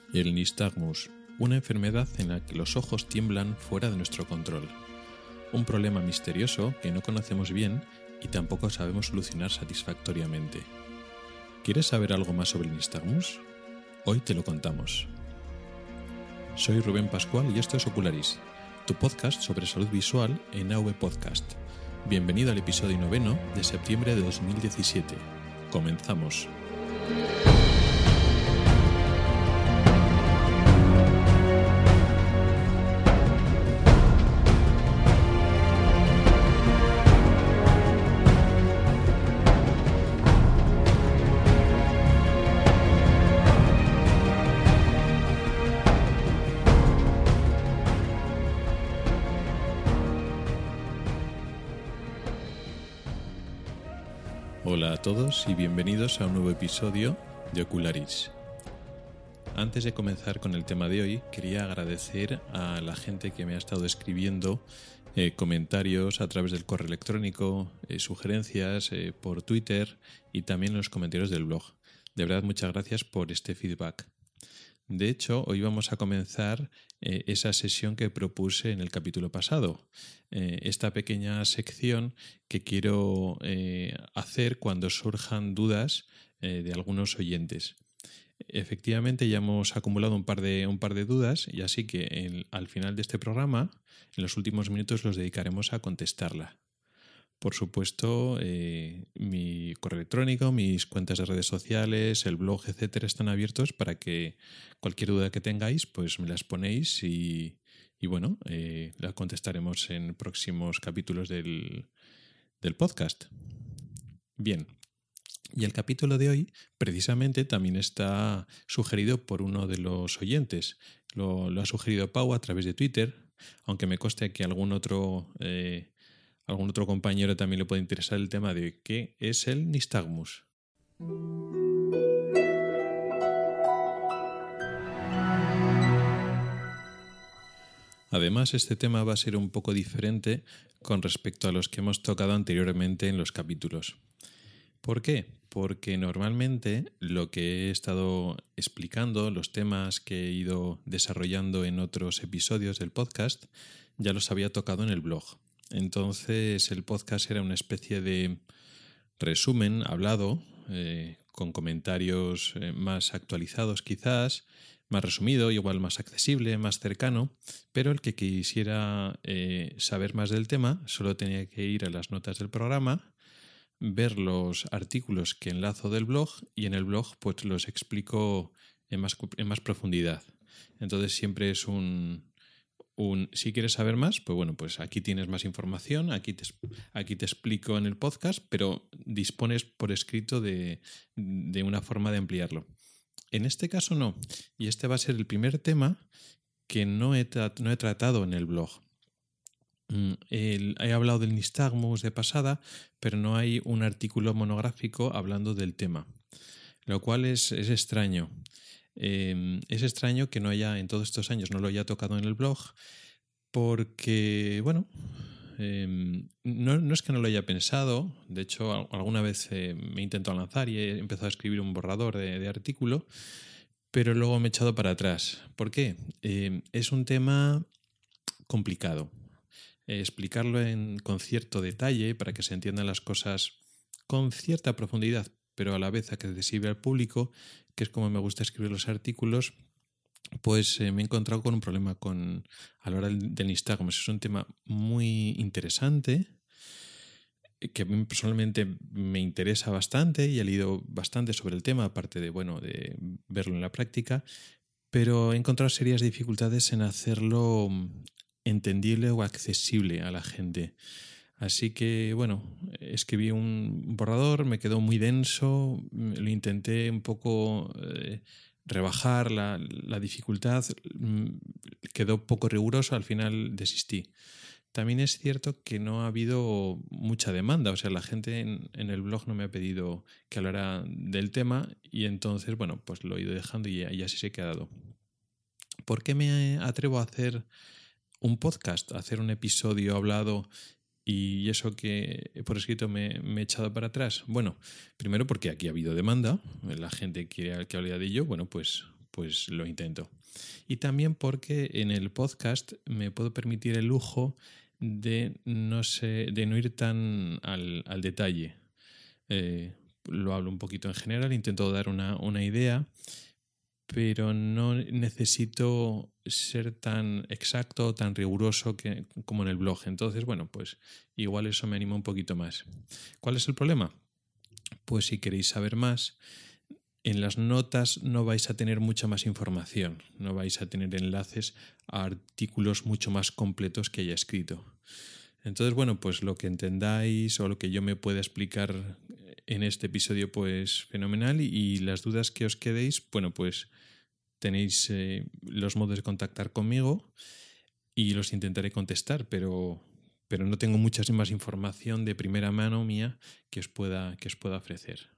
El nistagmus, una enfermedad en la que los ojos tiemblan fuera de nuestro control. Un problema misterioso que no conocemos bien y tampoco sabemos solucionar satisfactoriamente. ¿Quieres saber algo más sobre el nistagmus? Hoy te lo contamos. Soy Rubén Pascual y esto es Ocularis, tu podcast sobre salud visual en AV Podcast. Bienvenido al episodio 9 de septiembre de 2017. Comenzamos. Hola a todos y bienvenidos a un nuevo episodio de Ocularis. Antes de comenzar con el tema de hoy, quería agradecer a la gente que me ha estado escribiendo comentarios a través del correo electrónico, sugerencias por Twitter y también en los comentarios del blog. De verdad, muchas gracias por este feedback. De hecho, hoy vamos a comenzar esa sesión que propuse en el capítulo pasado. Esta pequeña sección que quiero hacer cuando surjan dudas de algunos oyentes. Efectivamente, ya hemos acumulado un par de dudas y así que al final de este programa, en los últimos minutos, los dedicaremos a contestarla. Por supuesto, mi correo electrónico, mis cuentas de redes sociales, el blog, etcétera, están abiertos para que cualquier duda que tengáis, pues me las ponéis y bueno, la contestaremos en próximos capítulos del podcast. Bien, y el capítulo de hoy precisamente también está sugerido por uno de los oyentes. Lo ha sugerido Pau a través de Twitter, aunque me conste que algún otro compañero también le puede interesar el tema de qué es el nistagmus. Además, este tema va a ser un poco diferente con respecto a los que hemos tocado anteriormente en los capítulos. ¿Por qué? Porque normalmente lo que he estado explicando, los temas que he ido desarrollando en otros episodios del podcast, ya los había tocado en el blog. Entonces el podcast era una especie de resumen hablado, con comentarios más actualizados quizás, más resumido, igual más accesible, más cercano, pero el que quisiera saber más del tema solo tenía que ir a las notas del programa, ver los artículos que enlazo del blog y en el blog pues los explico en más profundidad. Entonces siempre es si quieres saber más, pues bueno, pues aquí tienes más información, aquí te explico en el podcast, pero dispones por escrito de una forma de ampliarlo. En este caso no, y este va a ser el primer tema que no he tratado en el blog. He hablado del nistagmus de pasada, pero no hay un artículo monográfico hablando del tema, lo cual es extraño. Es extraño que no haya, en todos estos años, no lo haya tocado en el blog, porque, bueno, no es que no lo haya pensado. De hecho, alguna vez me he intentado lanzar y he empezado a escribir un borrador de artículo, pero luego me he echado para atrás. ¿Por qué? Es un tema complicado. Explicarlo con cierto detalle para que se entiendan las cosas con cierta profundidad, pero a la vez accesible al público, que es como me gusta escribir los artículos, pues me he encontrado con un problema a la hora del nistagmus. Es un tema muy interesante, que a mí personalmente me interesa bastante y he leído bastante sobre el tema, aparte de verlo en la práctica, pero he encontrado serias dificultades en hacerlo entendible o accesible a la gente. Así que, bueno, escribí un borrador, me quedó muy denso, lo intenté un poco rebajar la dificultad, quedó poco riguroso, al final desistí. También es cierto que no ha habido mucha demanda, o sea, la gente en el blog no me ha pedido que hablara del tema y entonces, bueno, pues lo he ido dejando y así se ha quedado. ¿Por qué me atrevo a hacer un podcast, a hacer un episodio hablado y eso que por escrito me he echado para atrás? Bueno, primero porque aquí ha habido demanda, la gente quiere que hable de ello, bueno, pues pues lo intento. Y también porque en el podcast me puedo permitir el lujo de no ir tan al detalle. Lo hablo un poquito en general, intento dar una idea, pero no necesito ser tan exacto o tan riguroso como en el blog. Entonces, bueno, pues igual eso me anima un poquito más. ¿Cuál es el problema? Pues si queréis saber más, en las notas no vais a tener mucha más información, no vais a tener enlaces a artículos mucho más completos que haya escrito. Entonces, bueno, pues lo que entendáis o lo que yo me pueda explicar en este episodio, pues fenomenal. Y las dudas que os quedéis, bueno, pues tenéis los modos de contactar conmigo y los intentaré contestar, pero no tengo mucha más información de primera mano mía que os pueda ofrecer.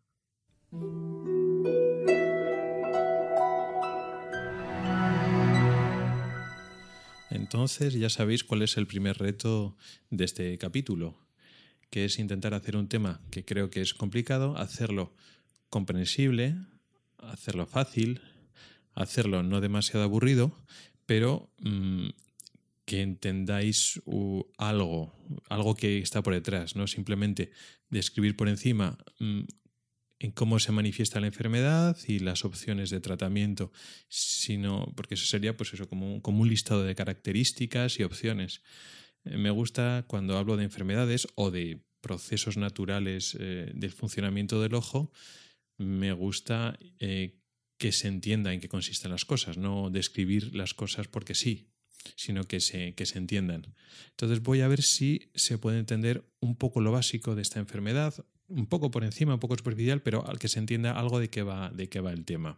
Entonces ya sabéis cuál es el primer reto de este capítulo, que es intentar hacer un tema que creo que es complicado, hacerlo comprensible, hacerlo fácil, hacerlo no demasiado aburrido, pero que entendáis algo que está por detrás, no simplemente describir por encima en cómo se manifiesta la enfermedad y las opciones de tratamiento, sino porque eso sería pues eso, como un listado de características y opciones. Me gusta cuando hablo de enfermedades o de procesos naturales del funcionamiento del ojo, me gusta que se entienda en qué consisten las cosas, no describir las cosas porque sí, sino que se entiendan. Entonces voy a ver si se puede entender un poco lo básico de esta enfermedad, un poco por encima, un poco superficial, pero al que se entienda algo de qué va el tema.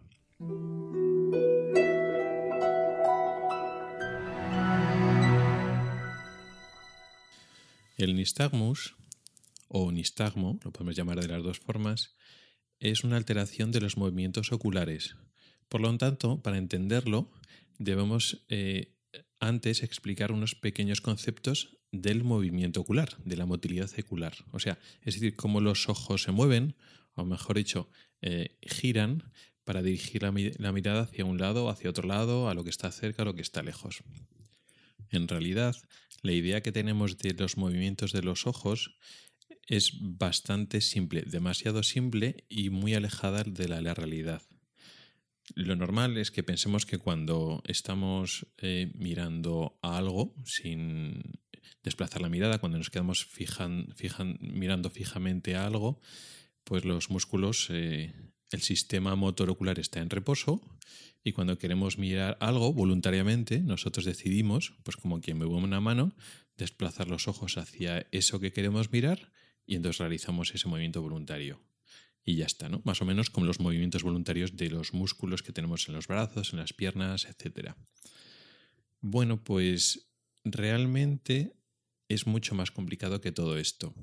El nistagmus, o nistagmo, lo podemos llamar de las dos formas, es una alteración de los movimientos oculares. Por lo tanto, para entenderlo, debemos antes explicar unos pequeños conceptos del movimiento ocular, de la motilidad ocular. O sea, es decir, cómo los ojos se mueven, o mejor dicho, giran para dirigir la mirada hacia un lado, hacia otro lado, a lo que está cerca, a lo que está lejos. En realidad, la idea que tenemos de los movimientos de los ojos es bastante simple, demasiado simple y muy alejada de la realidad. Lo normal es que pensemos que cuando estamos mirando a algo sin desplazar la mirada, cuando nos quedamos mirando fijamente a algo, pues los músculos, el sistema motor ocular está en reposo y cuando queremos mirar algo voluntariamente, nosotros decidimos, pues como quien mueve una mano, desplazar los ojos hacia eso que queremos mirar y entonces realizamos ese movimiento voluntario. Y ya está, ¿no? Más o menos como los movimientos voluntarios de los músculos que tenemos en los brazos, en las piernas, etc. Bueno, pues realmente es mucho más complicado que todo esto.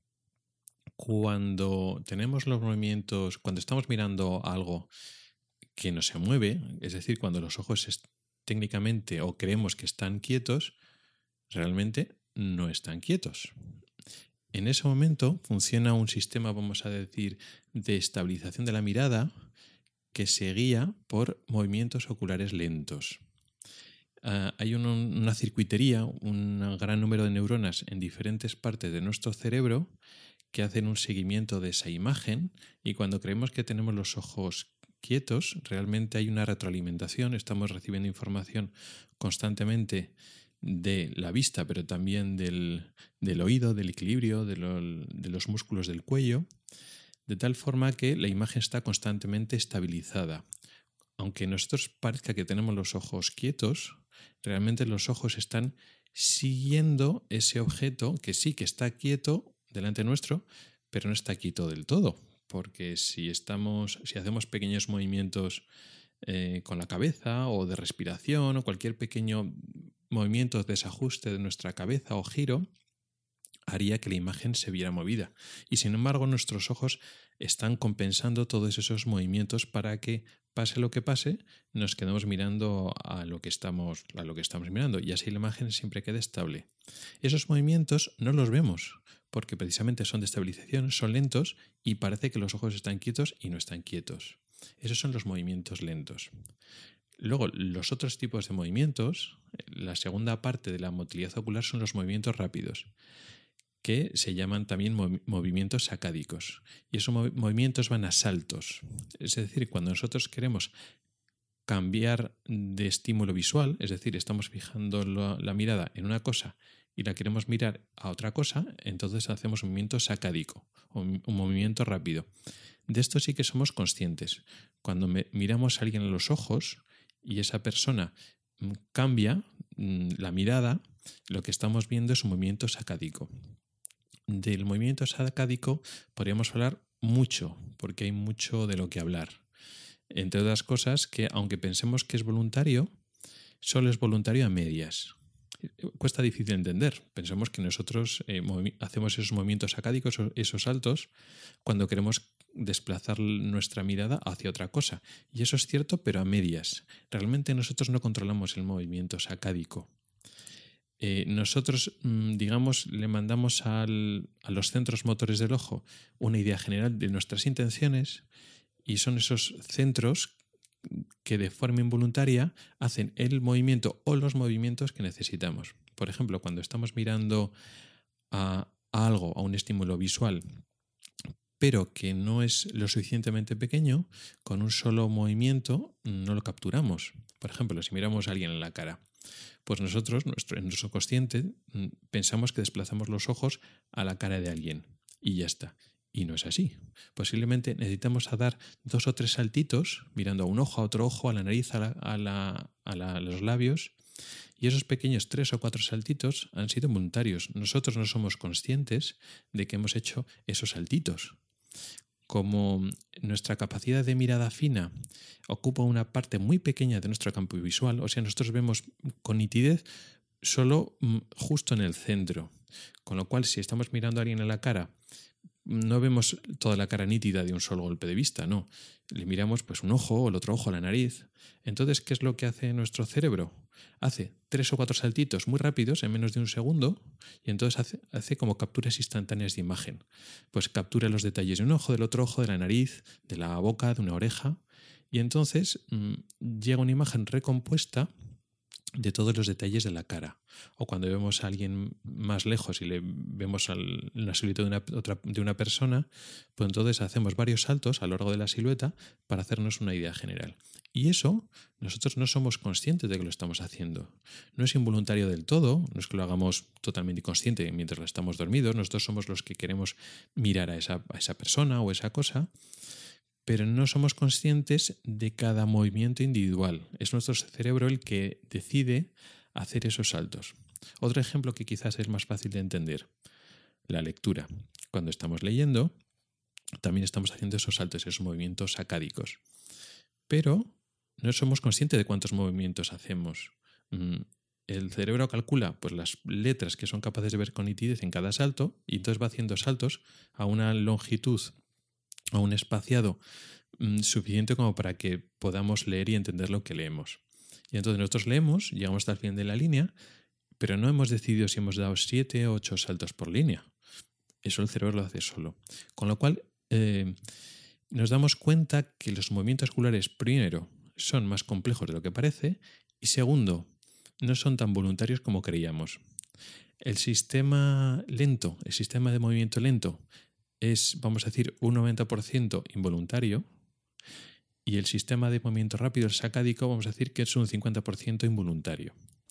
Cuando tenemos los movimientos, cuando estamos mirando algo que no se mueve, es decir, cuando los ojos técnicamente o creemos que están quietos, realmente no están quietos. En ese momento funciona un sistema, vamos a decir, de estabilización de la mirada que se guía por movimientos oculares lentos. Hay una circuitería, un gran número de neuronas en diferentes partes de nuestro cerebro que hacen un seguimiento de esa imagen y cuando creemos que tenemos los ojos quietos, realmente hay una retroalimentación, estamos recibiendo información constantemente de la vista, pero también del oído, del equilibrio, de los músculos del cuello, de tal forma que la imagen está constantemente estabilizada. Aunque a nosotros parezca que tenemos los ojos quietos, realmente los ojos están siguiendo ese objeto que sí que está quieto delante nuestro, pero no está quieto del todo, porque si hacemos pequeños movimientos con la cabeza o de respiración o cualquier pequeño movimiento de desajuste de nuestra cabeza o giro, haría que la imagen se viera movida. Y sin embargo, nuestros ojos están compensando todos esos movimientos para que, pase lo que pase, nos quedemos mirando a lo que estamos mirando y así la imagen siempre quede estable. Esos movimientos no los vemos porque precisamente son de estabilización, son lentos y parece que los ojos están quietos y no están quietos. Esos son los movimientos lentos. Luego, los otros tipos de movimientos, la segunda parte de la motilidad ocular son los movimientos rápidos, que se llaman también movimientos sacádicos. Y esos movimientos van a saltos. Es decir, cuando nosotros queremos cambiar de estímulo visual, es decir, estamos fijando la mirada en una cosa y la queremos mirar a otra cosa, entonces hacemos un movimiento sacádico, o un movimiento rápido. De esto sí que somos conscientes. Cuando miramos a alguien a los ojos y esa persona cambia la mirada, lo que estamos viendo es un movimiento sacádico. Del movimiento sacádico podríamos hablar mucho, porque hay mucho de lo que hablar. Entre otras cosas, que aunque pensemos que es voluntario, solo es voluntario a medias. Cuesta difícil entender. Pensamos que nosotros hacemos esos movimientos sacádicos, esos saltos, cuando queremos desplazar nuestra mirada hacia otra cosa. Y eso es cierto, pero a medias. Realmente nosotros no controlamos el movimiento sacádico. Nosotros, digamos, le mandamos a los centros motores del ojo una idea general de nuestras intenciones y son esos centros que de forma involuntaria hacen el movimiento o los movimientos que necesitamos. Por ejemplo, cuando estamos mirando a algo, a un estímulo visual, pero que no es lo suficientemente pequeño, con un solo movimiento no lo capturamos. Por ejemplo, si miramos a alguien en la cara, pues nosotros, en nuestro consciente, pensamos que desplazamos los ojos a la cara de alguien y ya está. Y no es así. Posiblemente necesitamos dar 2 o 3 saltitos, mirando a un ojo, a otro ojo, a la nariz, a los labios. Y esos pequeños 3 o 4 saltitos han sido voluntarios. Nosotros no somos conscientes de que hemos hecho esos saltitos. Como nuestra capacidad de mirada fina ocupa una parte muy pequeña de nuestro campo visual, o sea, nosotros vemos con nitidez solo justo en el centro. Con lo cual, si estamos mirando a alguien en la cara, no vemos toda la cara nítida de un solo golpe de vista, no. Le miramos pues un ojo, el otro ojo, la nariz. Entonces, ¿qué es lo que hace nuestro cerebro? Hace 3 o 4 saltitos muy rápidos en menos de un segundo y entonces hace como capturas instantáneas de imagen. Pues captura los detalles de un ojo, del otro ojo, de la nariz, de la boca, de una oreja y entonces llega una imagen recompuesta de todos los detalles de la cara. O cuando vemos a alguien más lejos y le vemos la silueta de una persona, pues entonces hacemos varios saltos a lo largo de la silueta para hacernos una idea general. Y eso nosotros no somos conscientes de que lo estamos haciendo. No es involuntario del todo, no es que lo hagamos totalmente inconsciente mientras estamos dormidos, nosotros somos los que queremos mirar a esa persona o esa cosa, pero no somos conscientes de cada movimiento individual. Es nuestro cerebro el que decide hacer esos saltos. Otro ejemplo que quizás es más fácil de entender, la lectura. Cuando estamos leyendo, también estamos haciendo esos saltos, esos movimientos sacádicos. Pero no somos conscientes de cuántos movimientos hacemos. El cerebro calcula pues, las letras que son capaces de ver con nitidez en cada salto y entonces va haciendo saltos a una longitud, a un espaciado suficiente como para que podamos leer y entender lo que leemos. Y entonces nosotros leemos, llegamos hasta el final de la línea, pero no hemos decidido si hemos dado 7 o 8 saltos por línea. Eso el cerebro lo hace solo. Con lo cual nos damos cuenta que los movimientos oculares, primero, son más complejos de lo que parece y segundo, no son tan voluntarios como creíamos. El sistema lento, el sistema de movimiento lento es, vamos a decir, un 90% involuntario y el sistema de movimiento rápido, el sacádico, vamos a decir que es un 50% involuntario.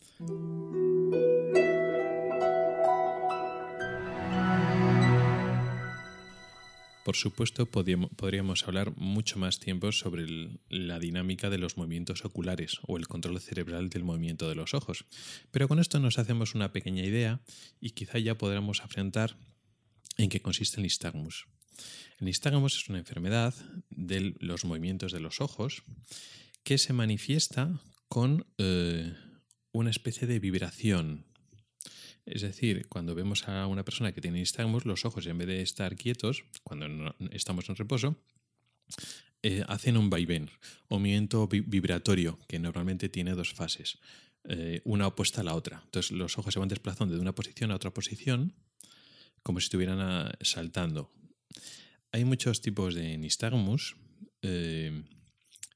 Por supuesto, podríamos hablar mucho más tiempo sobre la dinámica de los movimientos oculares o el control cerebral del movimiento de los ojos, pero con esto nos hacemos una pequeña idea y quizá ya podremos afrontar en qué consiste el nistagmus. El nistagmus es una enfermedad de los movimientos de los ojos que se manifiesta con una especie de vibración. Es decir, cuando vemos a una persona que tiene nistagmus, los ojos en vez de estar quietos, cuando no estamos en reposo, hacen un vaivén, un movimiento vibratorio que normalmente tiene 2 fases, una opuesta a la otra. Entonces los ojos se van desplazando de una posición a otra posición como si estuvieran saltando. Hay muchos tipos de nistagmus.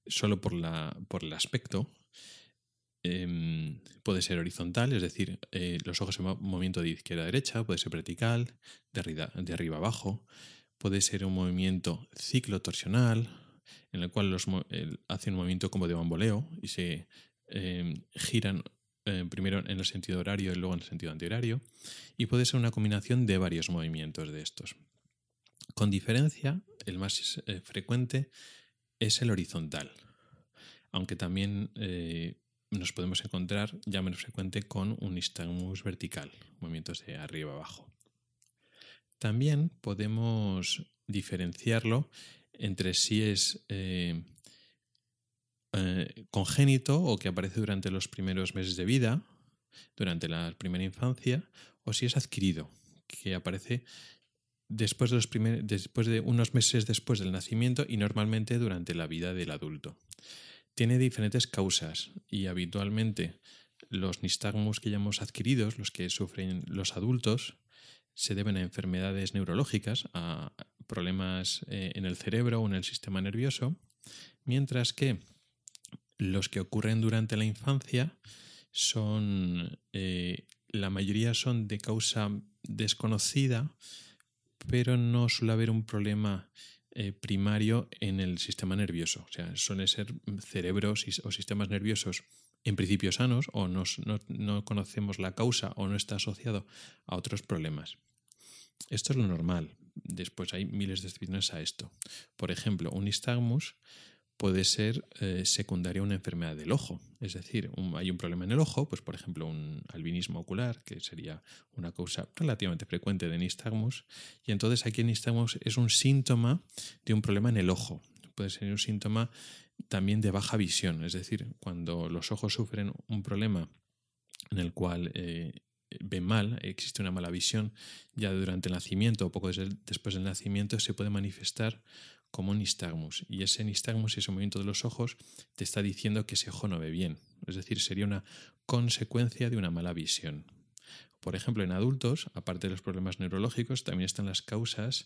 solo por el aspecto. Puede ser horizontal, es decir, los ojos en movimiento de izquierda a derecha, puede ser vertical, de arriba a abajo, puede ser un movimiento ciclotorsional, en el cual hace un movimiento como de bamboleo y se giran primero en el sentido horario y luego en el sentido antihorario, y puede ser una combinación de varios movimientos de estos. Con diferencia, el más frecuente es el horizontal, aunque también nos podemos encontrar ya menos frecuente con un nistagmus vertical, movimientos de arriba a abajo. También podemos diferenciarlo entre si es congénito o que aparece durante los primeros meses de vida, durante la primera infancia, o si es adquirido, que aparece después de unos meses después del nacimiento y normalmente durante la vida del adulto. Tiene diferentes causas y habitualmente los nistagmus que llamamos adquiridos, los que sufren los adultos, se deben a enfermedades neurológicas, a problemas en el cerebro o en el sistema nervioso, mientras que los que ocurren durante la infancia la mayoría son de causa desconocida, pero no suele haber un problema primario en el sistema nervioso. O sea, suelen ser cerebros o sistemas nerviosos en principio sanos, o no conocemos la causa o no está asociado a otros problemas. Esto es lo normal. Después hay miles de excepciones a esto. Por ejemplo, un nistagmus puede ser secundario a una enfermedad del ojo. Es decir, hay un problema en el ojo, pues por ejemplo un albinismo ocular, que sería una causa relativamente frecuente de nistagmus, y entonces aquí el nistagmus es un síntoma de un problema en el ojo. Puede ser un síntoma también de baja visión, es decir, cuando los ojos sufren un problema en el cual ven mal, existe una mala visión ya durante el nacimiento o poco después del nacimiento, se puede manifestar como un nistagmus, y ese nistagmus, ese movimiento de los ojos, te está diciendo que ese ojo no ve bien, es decir, sería una consecuencia de una mala visión. Por ejemplo, en adultos, aparte de los problemas neurológicos, también están las causas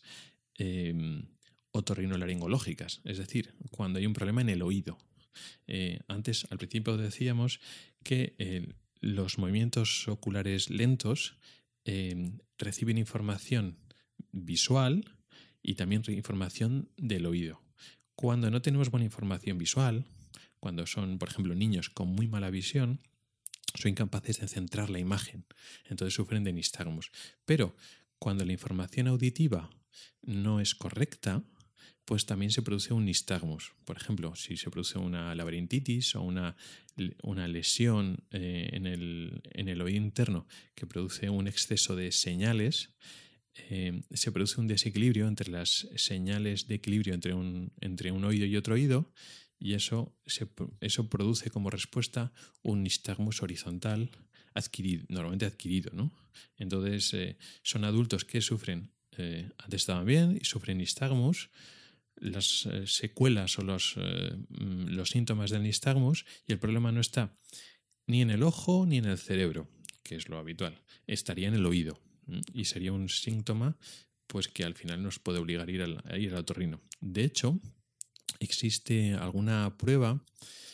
otorrinolaringológicas, es decir, cuando hay un problema en el oído. Antes, al principio decíamos que los movimientos oculares lentos reciben información visual y también información del oído. Cuando no tenemos buena información visual, cuando son, por ejemplo, niños con muy mala visión, son incapaces de centrar la imagen, entonces sufren de nistagmus. Pero cuando la información auditiva no es correcta, pues también se produce un nistagmus. Por ejemplo, si se produce una laberintitis o una lesión en el oído interno que produce un exceso de señales, se produce un desequilibrio entre las señales de equilibrio entre un oído y otro oído, y eso produce como respuesta un nistagmus horizontal normalmente adquirido, ¿no? Entonces son adultos que sufren, antes estaban bien y sufren nistagmus, las secuelas o los síntomas del nistagmus, y el problema no está ni en el ojo ni en el cerebro, que es lo habitual, estaría en el oído. Y sería un síntoma pues que al final nos puede obligar a ir al otorrino. De hecho, existe alguna prueba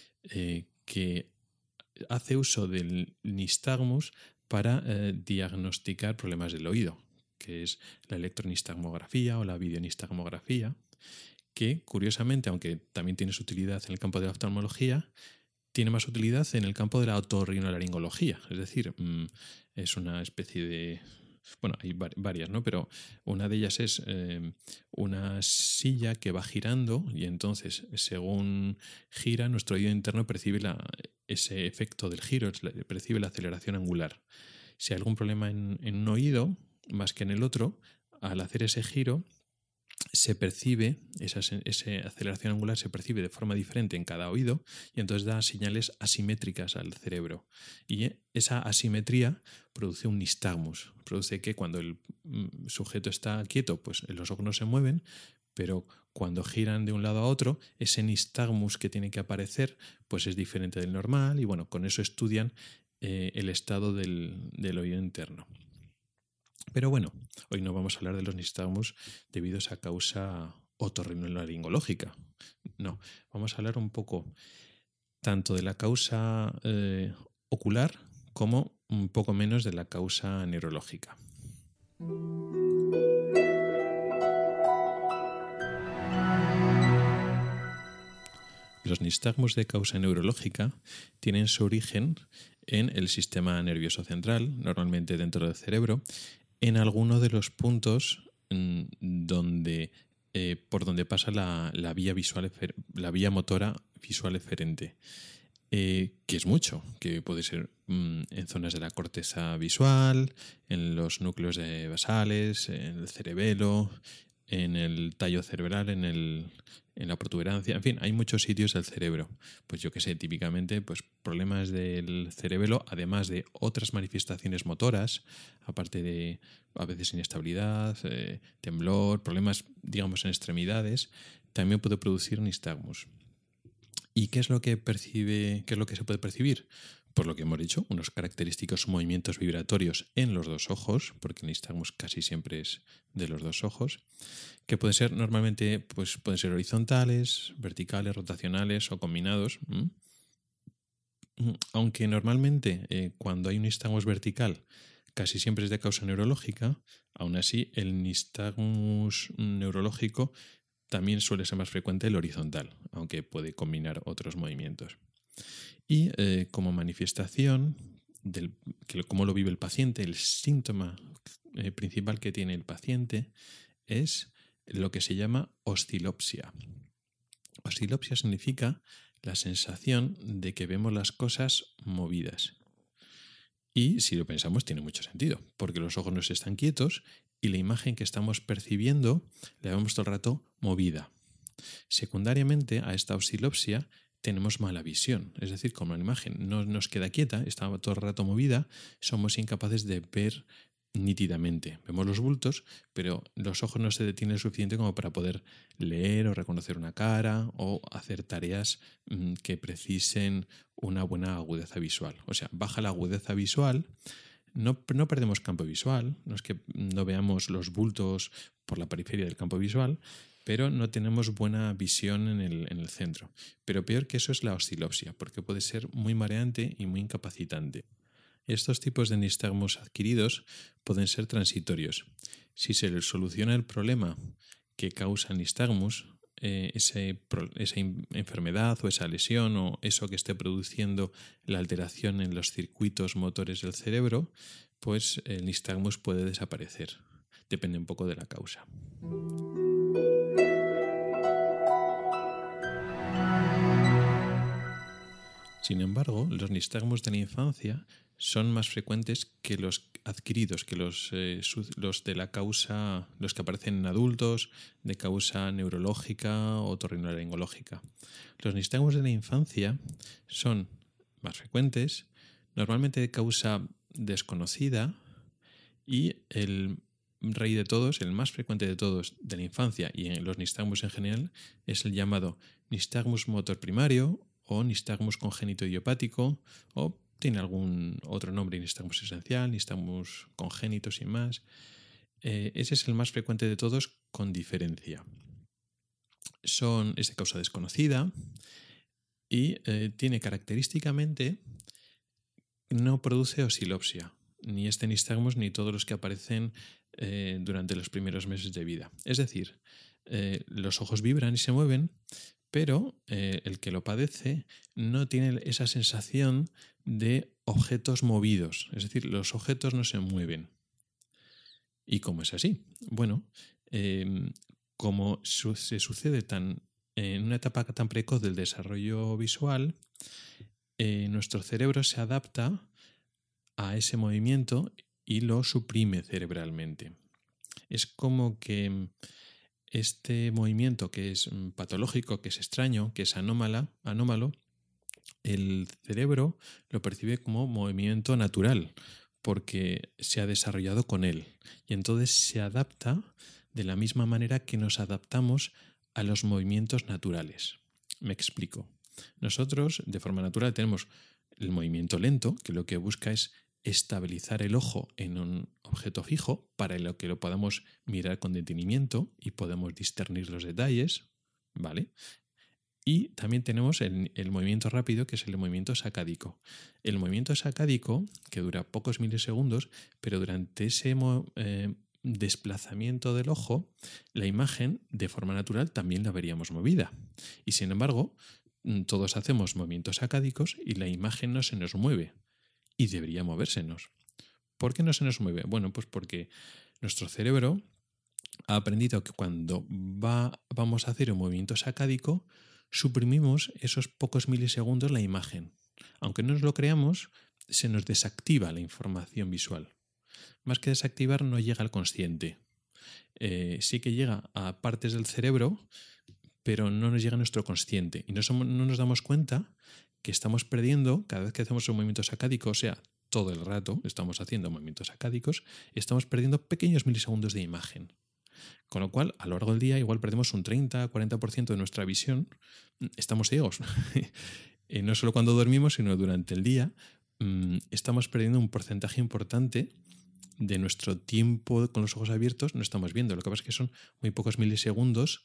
que hace uso del nistagmus para diagnosticar problemas del oído, que es la electronistagmografía o la videonistagmografía, que curiosamente, aunque también tiene su utilidad en el campo de la oftalmología, tiene más utilidad en el campo de la otorrinolaringología. Es decir, es una especie de... Bueno, hay varias, ¿no? Pero una de ellas es una silla que va girando, y entonces, según gira, nuestro oído interno percibe ese efecto del giro, percibe la aceleración angular. Si hay algún problema en un oído más que en el otro, al hacer ese giro, se percibe, esa aceleración angular se percibe de forma diferente en cada oído, y entonces da señales asimétricas al cerebro. Y esa asimetría produce un nistagmus, produce que cuando el sujeto está quieto, pues los ojos no se mueven, pero cuando giran de un lado a otro, ese nistagmus que tiene que aparecer pues es diferente del normal, y bueno, con eso estudian el estado del oído interno. Pero bueno, hoy no vamos a hablar de los nistagmus debido a esa causa otorrinolaringológica. No, vamos a hablar un poco tanto de la causa ocular como un poco menos de la causa neurológica. Los nistagmos de causa neurológica tienen su origen en el sistema nervioso central, normalmente dentro del cerebro, en alguno de los puntos por donde pasa la vía visual, la vía motora visual eferente. Que es mucho, que puede ser en zonas de la corteza visual, en los núcleos basales, en el cerebelo, en el tallo cerebral, en la protuberancia, en fin, hay muchos sitios del cerebro. Pues yo que sé, típicamente pues problemas del cerebelo, además de otras manifestaciones motoras, aparte de a veces inestabilidad, temblor, problemas, digamos, en extremidades, también puede producir nistagmus. ¿Y qué es lo que percibe, qué es lo que se puede percibir? Por lo que hemos dicho, unos característicos movimientos vibratorios en los dos ojos, porque el nistagmus casi siempre es de los dos ojos, que pueden ser normalmente, pues pueden ser horizontales, verticales, rotacionales o combinados. Aunque normalmente cuando hay un nistagmus vertical casi siempre es de causa neurológica, aún así el nistagmus neurológico también suele ser más frecuente el horizontal, aunque puede combinar otros movimientos. Y como manifestación de cómo lo vive el paciente, el síntoma principal que tiene el paciente es lo que se llama oscilopsia. Oscilopsia significa la sensación de que vemos las cosas movidas. Y si lo pensamos tiene mucho sentido, porque los ojos no están quietos y la imagen que estamos percibiendo la vemos todo el rato movida. Secundariamente a esta oscilopsia tenemos mala visión, es decir, como la imagen no nos queda quieta, está todo el rato movida, somos incapaces de ver nítidamente. Vemos los bultos, pero los ojos no se detienen suficiente como para poder leer o reconocer una cara o hacer tareas que precisen una buena agudeza visual. O sea, baja la agudeza visual, no perdemos campo visual, no es que no veamos los bultos por la periferia del campo visual, pero no tenemos buena visión en el centro. Pero peor que eso es la oscilopsia, porque puede ser muy mareante y muy incapacitante. Estos tipos de nistagmus adquiridos pueden ser transitorios. Si se les soluciona el problema que causa el nistagmus, esa enfermedad o esa lesión o eso que esté produciendo la alteración en los circuitos motores del cerebro, pues el nistagmus puede desaparecer. Depende un poco de la causa. Sin embargo, los nistagmus de la infancia son más frecuentes que los adquiridos, que los de la causa, los que aparecen en adultos, de causa neurológica o otorrinolaringológica. Los nistagmus de la infancia son más frecuentes, normalmente de causa desconocida, y el rey de todos, el más frecuente de todos de la infancia y en los nistagmus en general, es el llamado nistagmus motor primario o nistagmus congénito idiopático, o tiene algún otro nombre, nistagmus esencial, nistagmus congénito sin más. Ese es el más frecuente de todos con diferencia. Es de causa desconocida y tiene característicamente, no produce oscilopsia, ni este nistagmus ni todos los que aparecen durante los primeros meses de vida. Es decir, los ojos vibran y se mueven, pero el que lo padece no tiene esa sensación de objetos movidos, es decir, los objetos no se mueven. ¿Y cómo es así? Bueno, como se sucede en una etapa tan precoz del desarrollo visual, nuestro cerebro se adapta a ese movimiento y lo suprime cerebralmente. Es como que este movimiento que es patológico, que es extraño, que es anómalo, el cerebro lo percibe como movimiento natural porque se ha desarrollado con él y entonces se adapta de la misma manera que nos adaptamos a los movimientos naturales. Me explico. Nosotros, de forma natural, tenemos el movimiento lento, que lo que busca es estabilizar el ojo en un objeto fijo para que lo podamos mirar con detenimiento y podamos discernir los detalles, ¿vale? Y también tenemos el movimiento rápido, que es el movimiento sacádico. El movimiento sacádico, que dura pocos milisegundos, pero durante ese desplazamiento del ojo, la imagen de forma natural también la veríamos movida. Y sin embargo, todos hacemos movimientos sacádicos y la imagen no se nos mueve. Y debería movérsenos. ¿Por qué no se nos mueve? Bueno, pues porque nuestro cerebro ha aprendido que cuando vamos a hacer un movimiento sacádico, suprimimos esos pocos milisegundos la imagen. Aunque no nos lo creamos, se nos desactiva la información visual. Más que desactivar, no llega al consciente. Sí que llega a partes del cerebro, pero no nos llega a nuestro consciente. Y no nos damos cuenta que estamos perdiendo, cada vez que hacemos un movimiento sacádico, o sea, todo el rato estamos haciendo movimientos sacádicos, estamos perdiendo pequeños milisegundos de imagen. Con lo cual, a lo largo del día, igual perdemos un 30-40% de nuestra visión. Estamos ciegos. No solo cuando dormimos, sino durante el día. Estamos perdiendo un porcentaje importante de nuestro tiempo con los ojos abiertos. No estamos viendo. Lo que pasa es que son muy pocos milisegundos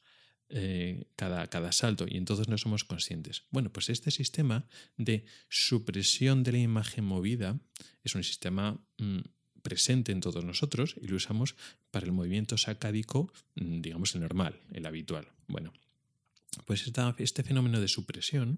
cada salto y entonces no somos conscientes. Bueno, pues este sistema de supresión de la imagen movida es un sistema presente en todos nosotros y lo usamos para el movimiento sacádico, digamos el normal, el habitual. Bueno, pues este fenómeno de supresión,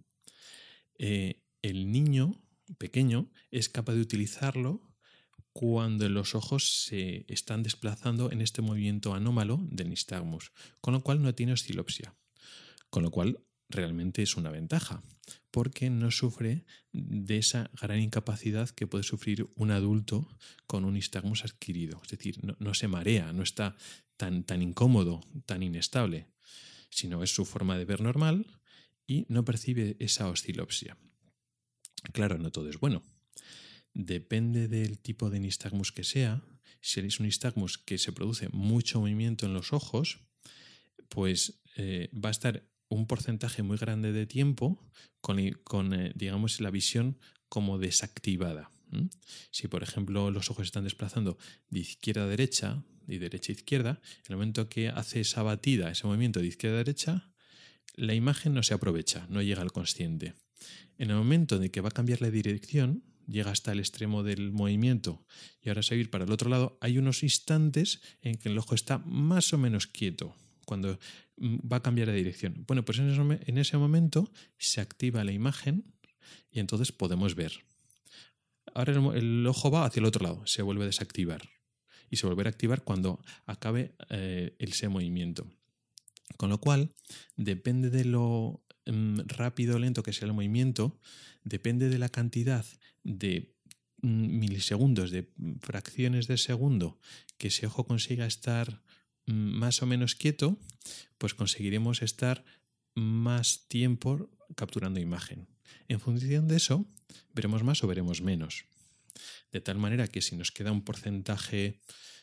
el niño pequeño es capaz de utilizarlo cuando los ojos se están desplazando en este movimiento anómalo del nistagmus, con lo cual no tiene oscilopsia, con lo cual realmente es una ventaja, porque no sufre de esa gran incapacidad que puede sufrir un adulto con un nistagmus adquirido. Es decir, no se marea, no está tan incómodo, tan inestable, sino es su forma de ver normal y no percibe esa oscilopsia. Claro, no todo es bueno. Depende del tipo de nistagmus que sea. Si es un nistagmus que se produce mucho movimiento en los ojos, pues va a estar un porcentaje muy grande de tiempo con digamos, la visión como desactivada. Si, por ejemplo, los ojos están desplazando de izquierda a derecha y derecha a izquierda, en el momento que hace esa batida, ese movimiento de izquierda a derecha, la imagen no se aprovecha, no llega al consciente. En el momento de que va a cambiar la dirección, llega hasta el extremo del movimiento y ahora se va a ir para el otro lado, hay unos instantes en que el ojo está más o menos quieto cuando va a cambiar de dirección. Bueno, pues en ese momento se activa la imagen y entonces podemos ver. Ahora el ojo va hacia el otro lado, se vuelve a desactivar y se volverá a activar cuando acabe ese movimiento. Con lo cual, depende de lo rápido o lento que sea el movimiento, depende de la cantidad de milisegundos, de fracciones de segundo que ese ojo consiga estar más o menos quieto, pues conseguiremos estar más tiempo capturando imagen. En función de eso, veremos más o veremos menos. De tal manera que si nos queda un porcentaje,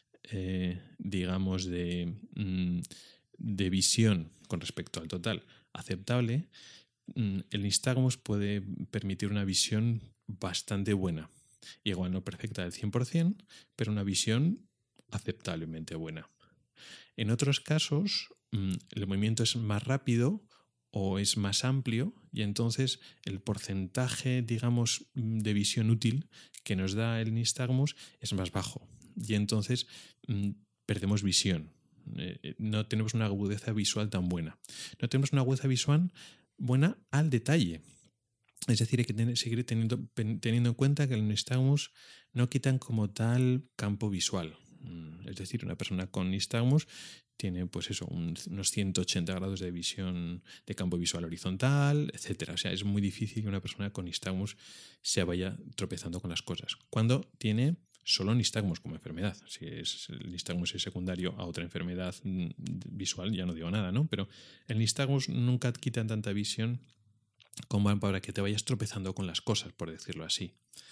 digamos, de visión con respecto al total aceptable, el nistagmus puede permitir una visión bastante buena. Igual no perfecta del 100%, pero una visión aceptablemente buena. En otros casos, el movimiento es más rápido o es más amplio y entonces el porcentaje, digamos, de visión útil que nos da el nistagmus es más bajo y entonces perdemos visión. No tenemos una agudeza visual tan buena. No tenemos una agudeza visual buena al detalle. Es decir, hay que seguir teniendo en cuenta que el nistagmus no quitan como tal campo visual. Es decir, una persona con nistagmus tiene pues eso, unos 180 grados de visión de campo visual horizontal, etc. O sea, es muy difícil que una persona con nistagmus se vaya tropezando con las cosas. Cuando tiene solo nistagmus como enfermedad. Si el nistagmus es secundario a otra enfermedad visual, ya no digo nada, ¿no? Pero el nistagmus nunca quita tanta visión como para que te vayas tropezando con las cosas, por decirlo así.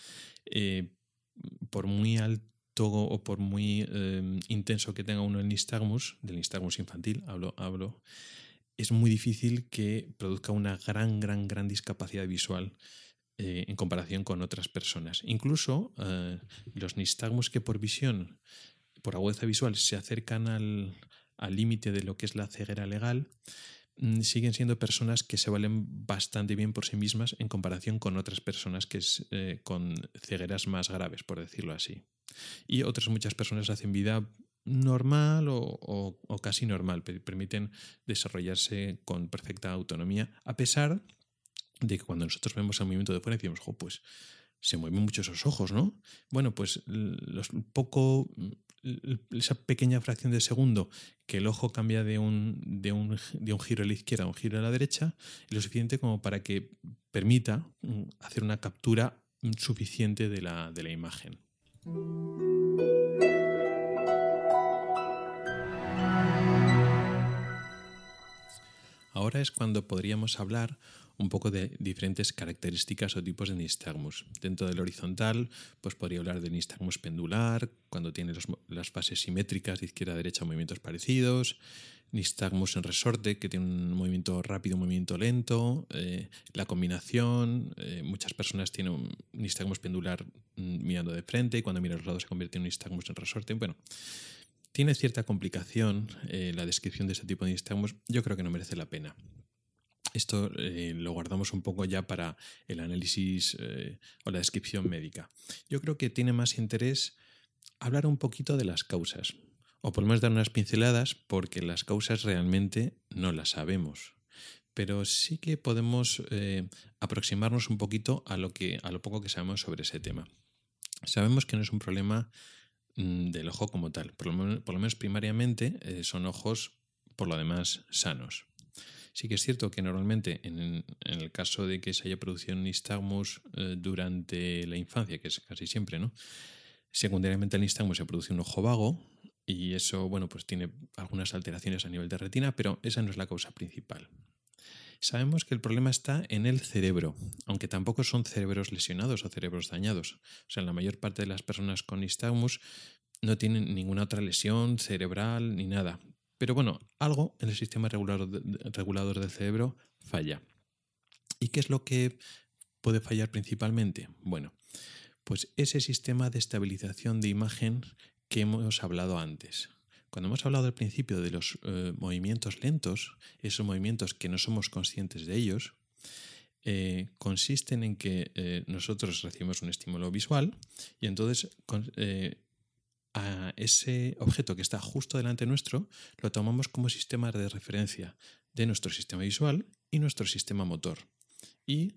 Por muy alto o por muy intenso que tenga uno el nistagmus, del nistagmus infantil, hablo, es muy difícil que produzca una gran discapacidad visual en comparación con otras personas. Incluso los nistagmus que por visión, por agudeza visual, se acercan al límite de lo que es la ceguera legal, siguen siendo personas que se valen bastante bien por sí mismas en comparación con otras personas con cegueras más graves, por decirlo así. Y otras muchas personas hacen vida normal o casi normal, permiten desarrollarse con perfecta autonomía, a pesar de que cuando nosotros vemos el movimiento de fuera decimos, pues se mueven mucho esos ojos, ¿no? Bueno, pues esa pequeña fracción de segundo que el ojo cambia de un giro a la izquierda a un giro a la derecha es lo suficiente como para que permita hacer una captura suficiente de la imagen. Ahora es cuando podríamos hablar un poco de diferentes características o tipos de nistagmus. Dentro del horizontal, pues podría hablar de nistagmus pendular, cuando tiene las fases simétricas de izquierda a derecha, movimientos parecidos. Nistagmus en resorte, que tiene un movimiento rápido, un movimiento lento. La combinación, muchas personas tienen un nistagmus pendular mirando de frente y cuando mira a los lados se convierte en un nistagmus en resorte. Bueno, tiene cierta complicación la descripción de este tipo de nistagmus. Yo creo que no merece la pena. Esto lo guardamos un poco ya para el análisis o la descripción médica. Yo creo que tiene más interés hablar un poquito de las causas, o por lo menos dar unas pinceladas, porque las causas realmente no las sabemos. Pero sí que podemos aproximarnos un poquito a lo poco que sabemos sobre ese tema. Sabemos que no es un problema del ojo como tal. Por lo menos primariamente son ojos, por lo demás, sanos. Sí que es cierto que normalmente en el caso de que se haya producido un nistagmus durante la infancia, que es casi siempre, ¿no? Secundariamente al nistagmus se produce un ojo vago y eso, bueno, pues tiene algunas alteraciones a nivel de retina, pero esa no es la causa principal. Sabemos que el problema está en el cerebro, aunque tampoco son cerebros lesionados o cerebros dañados. O sea, la mayor parte de las personas con nistagmus no tienen ninguna otra lesión cerebral ni nada. Pero bueno, algo en el sistema regulador del cerebro falla. ¿Y qué es lo que puede fallar principalmente? Bueno, pues ese sistema de estabilización de imagen que hemos hablado antes. Cuando hemos hablado al principio de los movimientos lentos, esos movimientos que no somos conscientes de ellos, consisten en que nosotros recibimos un estímulo visual y entonces a ese objeto que está justo delante nuestro lo tomamos como sistema de referencia de nuestro sistema visual y nuestro sistema motor. Y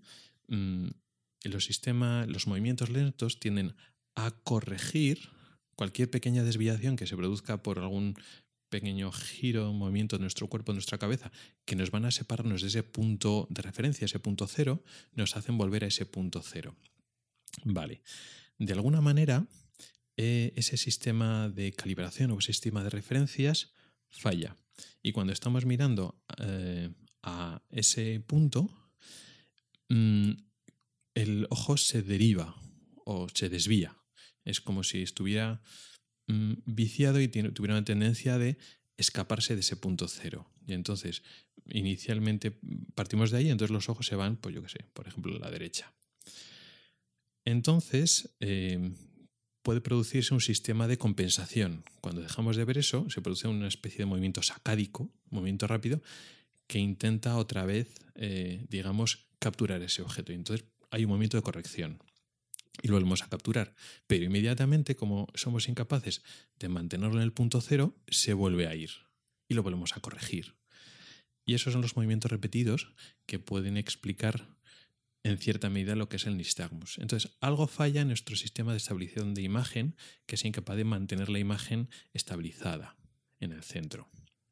los movimientos lentos tienden a corregir cualquier pequeña desviación que se produzca por algún pequeño giro, movimiento de nuestro cuerpo, de nuestra cabeza, que nos van a separarnos de ese punto de referencia, ese punto cero, nos hacen volver a ese punto cero. Vale. De alguna manera, ese sistema de calibración o sistema de referencias falla. Y cuando estamos mirando a ese punto, el ojo se deriva o se desvía. Es como si estuviera viciado y tuviera una tendencia de escaparse de ese punto cero. Y entonces, inicialmente partimos de ahí, entonces los ojos se van, pues yo qué sé, por ejemplo, a la derecha. Entonces, puede producirse un sistema de compensación. Cuando dejamos de ver eso, se produce una especie de movimiento sacádico, movimiento rápido, que intenta otra vez, digamos, capturar ese objeto. Y entonces hay un movimiento de corrección y lo volvemos a capturar. Pero inmediatamente, como somos incapaces de mantenerlo en el punto cero, se vuelve a ir y lo volvemos a corregir. Y esos son los movimientos repetidos que pueden explicar en cierta medida lo que es el nistagmus. Entonces, algo falla en nuestro sistema de estabilización de imagen que es incapaz de mantener la imagen estabilizada en el centro.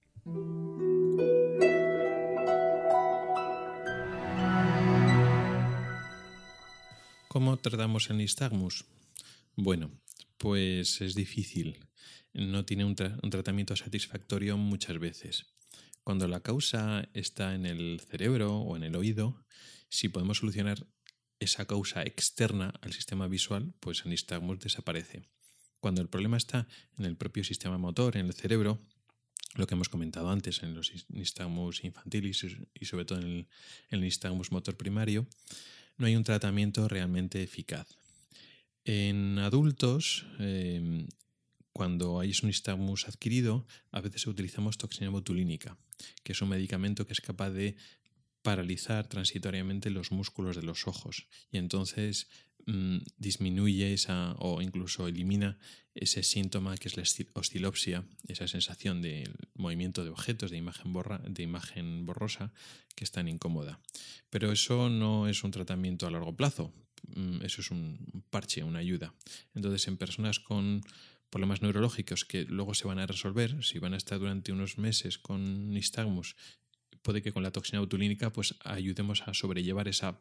¿Cómo tratamos el nistagmus? Bueno, pues es difícil. No tiene un tratamiento satisfactorio muchas veces. Cuando la causa está en el cerebro o en el oído, si podemos solucionar esa causa externa al sistema visual, pues el nistagmus desaparece. Cuando el problema está en el propio sistema motor, en el cerebro, lo que hemos comentado antes en los nistagmus infantilis y sobre todo en el nistagmus motor primario, no hay un tratamiento realmente eficaz. En adultos, cuando hay un nistagmus adquirido, a veces utilizamos toxina botulínica. que es un medicamento que es capaz de paralizar transitoriamente los músculos de los ojos y entonces disminuye o incluso elimina ese síntoma que es la oscilopsia, esa sensación de movimiento de objetos, de imagen borrosa que es tan incómoda. Pero eso no es un tratamiento a largo plazo, eso es un parche, una ayuda. Entonces, en personas con problemas neurológicos que luego se van a resolver, si van a estar durante unos meses con nistagmus, puede que con la toxina botulínica pues ayudemos a sobrellevar esa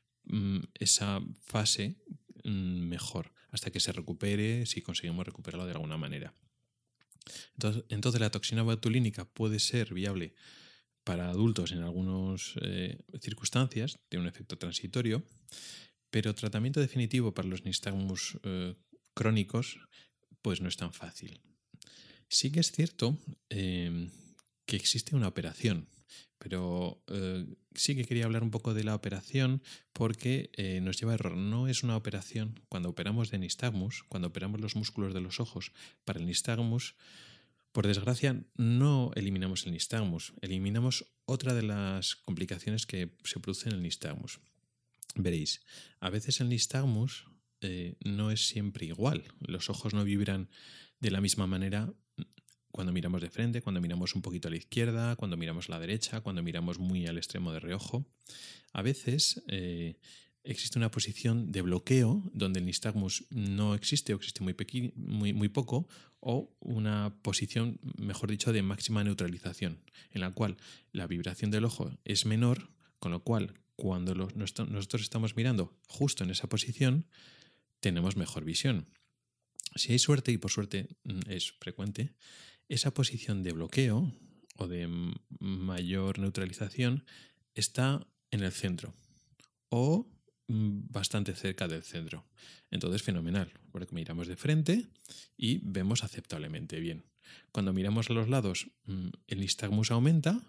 fase mejor, hasta que se recupere, si conseguimos recuperarlo de alguna manera. Entonces la toxina botulínica puede ser viable para adultos en algunas circunstancias, tiene un efecto transitorio, pero tratamiento definitivo para los nistagmus crónicos pues no es tan fácil. Sí que es cierto que existe una operación, pero sí que quería hablar un poco de la operación porque nos lleva a error. No es una operación. Cuando operamos de nistagmus, cuando operamos los músculos de los ojos para el nistagmus, por desgracia no eliminamos el nistagmus, eliminamos otra de las complicaciones que se producen en el nistagmus. Veréis, a veces el nistagmus no es siempre igual. Los ojos no vibran de la misma manera cuando miramos de frente, cuando miramos un poquito a la izquierda, cuando miramos a la derecha, cuando miramos muy al extremo de reojo. A veces existe una posición de bloqueo donde el nistagmus no existe o existe muy poco, o una posición, mejor dicho, de máxima neutralización, en la cual la vibración del ojo es menor, con lo cual cuando nosotros estamos mirando justo en esa posición, tenemos mejor visión. Si hay suerte, y por suerte es frecuente, esa posición de bloqueo o de mayor neutralización está en el centro o bastante cerca del centro. Entonces, fenomenal, porque miramos de frente y vemos aceptablemente bien. Cuando miramos a los lados, el nistagmus aumenta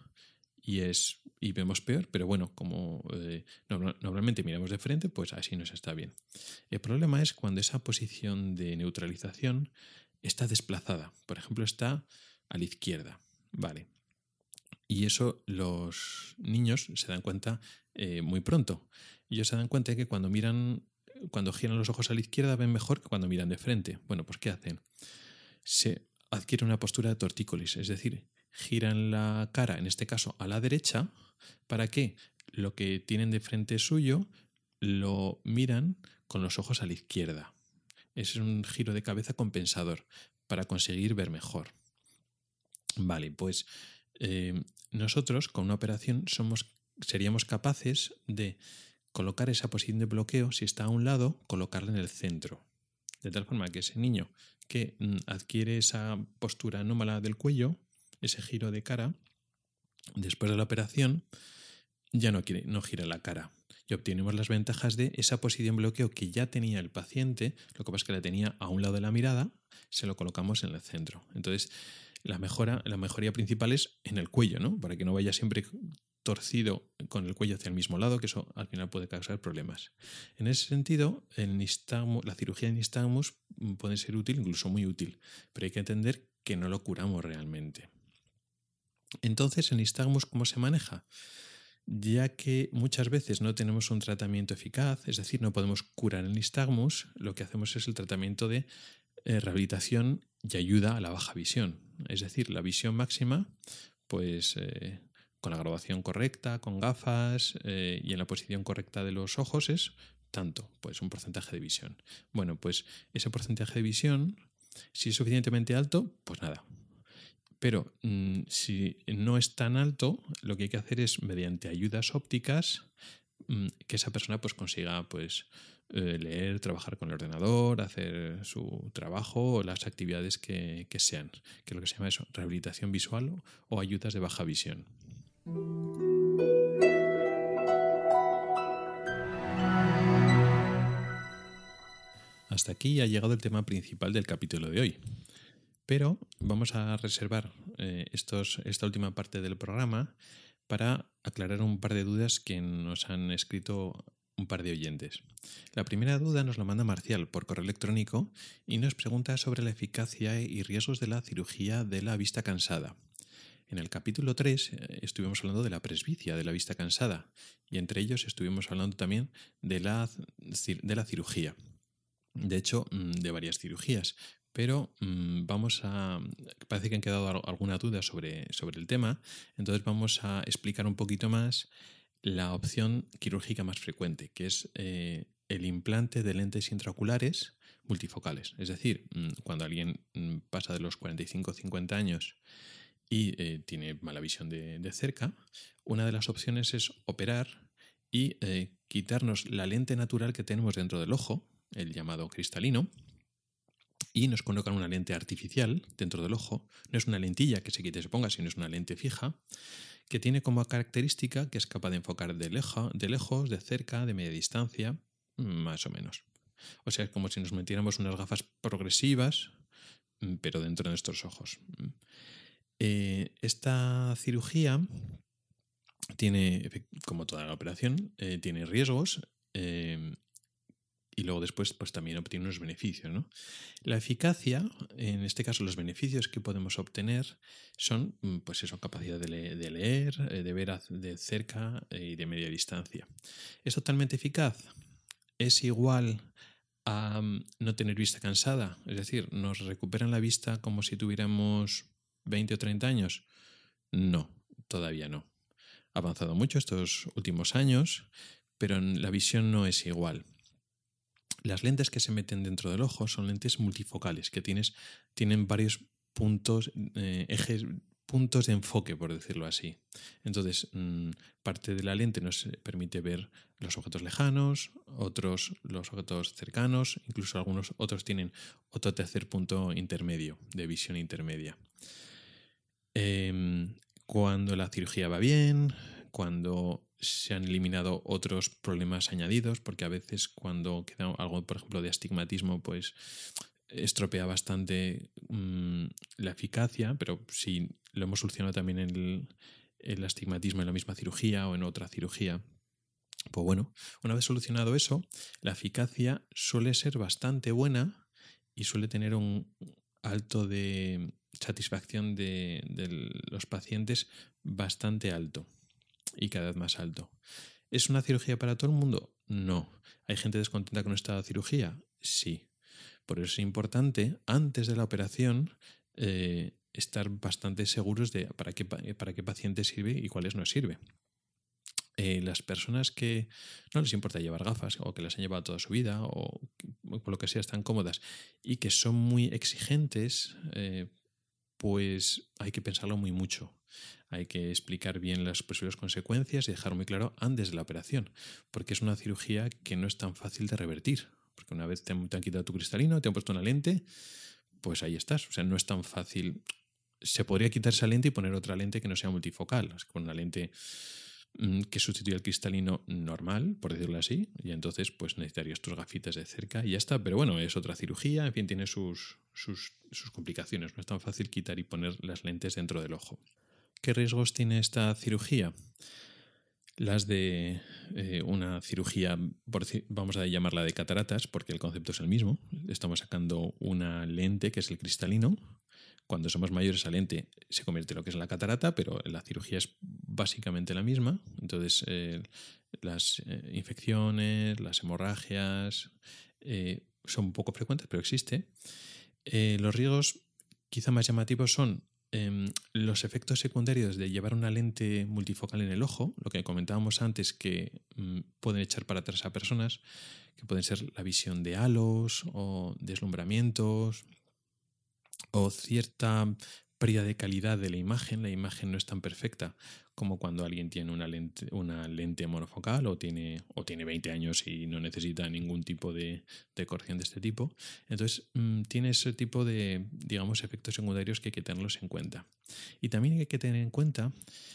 y vemos peor, pero bueno, como normalmente miramos de frente, pues así nos está bien. El problema es cuando esa posición de neutralización está desplazada. Por ejemplo, está a la izquierda. Vale. Y eso los niños se dan cuenta muy pronto. Ellos se dan cuenta de que cuando giran los ojos a la izquierda ven mejor que cuando miran de frente. Bueno, pues ¿qué hacen? Se adquiere una postura de tortícolis, es decir, giran la cara, en este caso a la derecha, para que lo que tienen de frente suyo lo miran con los ojos a la izquierda. Es un giro de cabeza compensador para conseguir ver mejor. Vale, pues nosotros con una operación seríamos capaces de colocar esa posición de bloqueo, si está a un lado, colocarla en el centro. De tal forma que ese niño que adquiere esa postura anómala del cuello, ese giro de cara, después de la operación ya no gira la cara. Y obtenemos las ventajas de esa posición de bloqueo que ya tenía el paciente, lo que pasa es que la tenía a un lado de la mirada, se lo colocamos en el centro. Entonces, la mejoría principal es en el cuello, ¿no? Para que no vaya siempre torcido con el cuello hacia el mismo lado, que eso al final puede causar problemas. En ese sentido, la cirugía de nistagmus puede ser útil, incluso muy útil, pero hay que entender que no lo curamos realmente. Entonces, ¿el nistagmus cómo se maneja? Ya que muchas veces no tenemos un tratamiento eficaz, es decir, no podemos curar el nistagmus, lo que hacemos es el tratamiento de rehabilitación y ayuda a la baja visión. Es decir, la visión máxima, pues con la graduación correcta, con gafas y en la posición correcta de los ojos es tanto, pues un porcentaje de visión. Bueno, pues ese porcentaje de visión, si es suficientemente alto, pues nada. Pero si no es tan alto, lo que hay que hacer es, mediante ayudas ópticas, que esa persona pues consiga pues leer, trabajar con el ordenador, hacer su trabajo o las actividades que sean, que es lo que se llama eso, rehabilitación visual o ayudas de baja visión. Hasta aquí ha llegado el tema principal del capítulo de hoy. Pero vamos a reservar esta última parte del programa para aclarar un par de dudas que nos han escrito un par de oyentes. La primera duda nos la manda Marcial por correo electrónico y nos pregunta sobre la eficacia y riesgos de la cirugía de la vista cansada. En el capítulo 3 estuvimos hablando de la presbicia, de la vista cansada, y entre ellos estuvimos hablando también de la cirugía. De hecho, de varias cirugías. Pero parece que han quedado alguna duda sobre el tema, entonces vamos a explicar un poquito más la opción quirúrgica más frecuente, que es el implante de lentes intraoculares multifocales. Es decir, cuando alguien pasa de los 45 o 50 años y tiene mala visión de cerca, una de las opciones es operar y quitarnos la lente natural que tenemos dentro del ojo, el llamado cristalino, y nos colocan una lente artificial dentro del ojo. No es una lentilla que se quite y se ponga, sino es una lente fija que tiene como característica que es capaz de enfocar de lejos, de cerca, de media distancia, más o menos. O sea, es como si nos metiéramos unas gafas progresivas, pero dentro de nuestros ojos. Esta cirugía tiene, como toda la operación, tiene riesgos y luego después pues también obtiene unos beneficios, ¿no? La eficacia, en este caso los beneficios que podemos obtener son pues eso, capacidad de leer, de ver de cerca y de media distancia. ¿Es totalmente eficaz? ¿Es igual a no tener vista cansada? Es decir, ¿nos recuperan la vista como si tuviéramos 20 o 30 años? No, todavía no. Ha avanzado mucho estos últimos años, pero la visión no es igual. Las lentes que se meten dentro del ojo son lentes multifocales, que tienen varios puntos, puntos de enfoque, por decirlo así. Entonces, parte de la lente nos permite ver los objetos lejanos, otros los objetos cercanos, incluso algunos otros tienen otro tercer punto intermedio, de visión intermedia. Cuando la cirugía va bien, cuando se han eliminado otros problemas añadidos, porque a veces cuando queda algo, por ejemplo, de astigmatismo, pues estropea bastante la eficacia, pero si lo hemos solucionado también el astigmatismo en la misma cirugía o en otra cirugía, pues bueno, una vez solucionado eso, la eficacia suele ser bastante buena y suele tener un alto de satisfacción de los pacientes bastante alto y cada vez más alto. ¿Es una cirugía para todo el mundo? No. ¿Hay gente descontenta con esta cirugía? Sí. Por eso es importante, antes de la operación, estar bastante seguros de para qué paciente sirve y cuáles no sirve. Las personas que no les importa llevar gafas o que las han llevado toda su vida o por lo que sea están cómodas y que son muy exigentes, pues hay que pensarlo muy mucho. Hay que explicar bien las posibles consecuencias y dejar muy claro antes de la operación, porque es una cirugía que no es tan fácil de revertir. Porque una vez te han quitado tu cristalino, te han puesto una lente, pues ahí estás. O sea, no es tan fácil. Se podría quitar esa lente y poner otra lente que no sea multifocal, con una lente que sustituye al cristalino normal, por decirlo así, y entonces pues necesitarías tus gafitas de cerca y ya está. Pero bueno, es otra cirugía, en fin, tiene sus complicaciones. No es tan fácil quitar y poner las lentes dentro del ojo. ¿Qué riesgos tiene esta cirugía? Las de una cirugía, vamos a llamarla de cataratas, porque el concepto es el mismo. Estamos sacando una lente que es el cristalino. Cuando somos mayores, esa lente se convierte en lo que es la catarata, pero la cirugía es básicamente la misma. Entonces, las infecciones, las hemorragias son un poco frecuentes, pero existe. Los riesgos quizá más llamativos son los efectos secundarios de llevar una lente multifocal en el ojo, lo que comentábamos antes, que pueden echar para atrás a personas, que pueden ser la visión de halos o deslumbramientos o cierta pérdida de calidad de la imagen no es tan perfecta como cuando alguien tiene una lente monofocal o tiene 20 años y no necesita ningún tipo de corrección de este tipo. Entonces tiene ese tipo de, digamos, efectos secundarios que hay que tenerlos en cuenta. Y también hay que tener en cuenta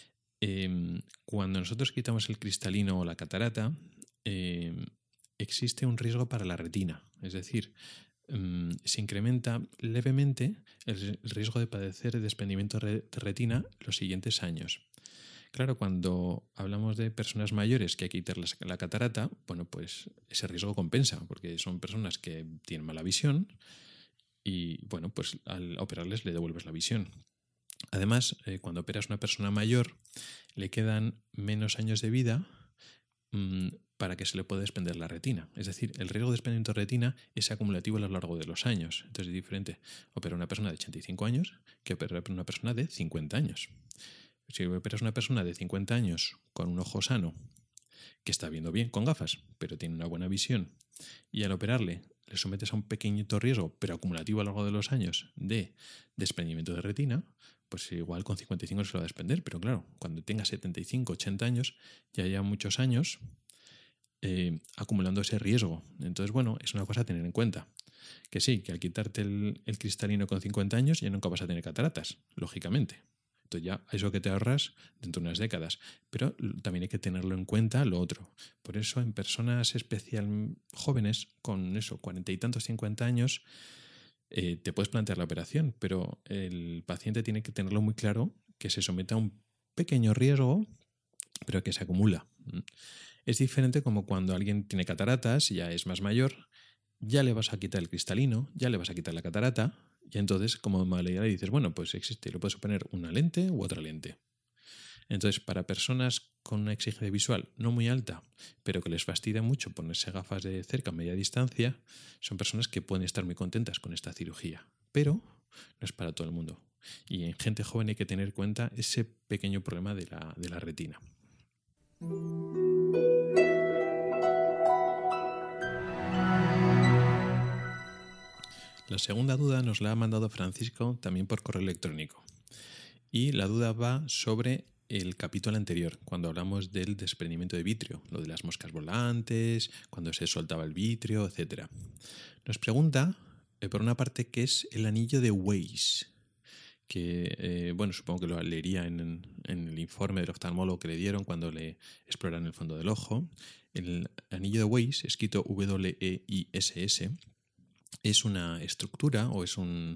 cuando nosotros quitamos el cristalino o la catarata, existe un riesgo para la retina, es decir, se incrementa levemente el riesgo de padecer desprendimiento de retina los siguientes años. Claro, cuando hablamos de personas mayores que hay que quitarles la catarata, bueno, pues ese riesgo compensa, porque son personas que tienen mala visión y, bueno, pues al operarles le devuelves la visión. Además, cuando operas a una persona mayor, le quedan menos años de vida para que se le pueda desprender la retina. Es decir, el riesgo de desprendimiento de retina es acumulativo a lo largo de los años. Entonces es diferente operar a una persona de 85 años que operar a una persona de 50 años. Si operas a una persona de 50 años con un ojo sano, que está viendo bien con gafas, pero tiene una buena visión, y al operarle le sometes a un pequeñito riesgo, pero acumulativo a lo largo de los años, de desprendimiento de retina, pues igual con 55 se lo va a desprender, pero claro, cuando tenga 75, 80 años, ya haya muchos años acumulando ese riesgo. Entonces, bueno, es una cosa a tener en cuenta. Que sí, que al quitarte el cristalino con 50 años ya nunca vas a tener cataratas, lógicamente. Entonces ya eso que te ahorras dentro de unas décadas. Pero también hay que tenerlo en cuenta lo otro. Por eso en personas especial jóvenes, con eso, 40 y tantos, 50 años, te puedes plantear la operación, pero el paciente tiene que tenerlo muy claro que se somete a un pequeño riesgo, pero que se acumula. Es diferente como cuando alguien tiene cataratas y ya es más mayor, ya le vas a quitar el cristalino, ya le vas a quitar la catarata, y entonces como modalidad le dices, bueno, pues existe, le puedes poner una lente u otra lente. Entonces, para personas con una exigencia visual no muy alta, pero que les fastidia mucho ponerse gafas de cerca a media distancia, son personas que pueden estar muy contentas con esta cirugía. Pero no es para todo el mundo. Y en gente joven hay que tener en cuenta ese pequeño problema de la retina. La segunda duda nos la ha mandado Francisco también por correo electrónico. Y la duda va sobre el capítulo anterior, cuando hablamos del desprendimiento de vitrio, lo de las moscas volantes, cuando se soltaba el vitrio, etc. Nos pregunta, por una parte, qué es el anillo de Weiss, que, bueno, supongo que lo leería en el informe del oftalmólogo que le dieron cuando le exploraron el fondo del ojo. El anillo de Weiss, escrito W-E-I-S-S, es una estructura o es un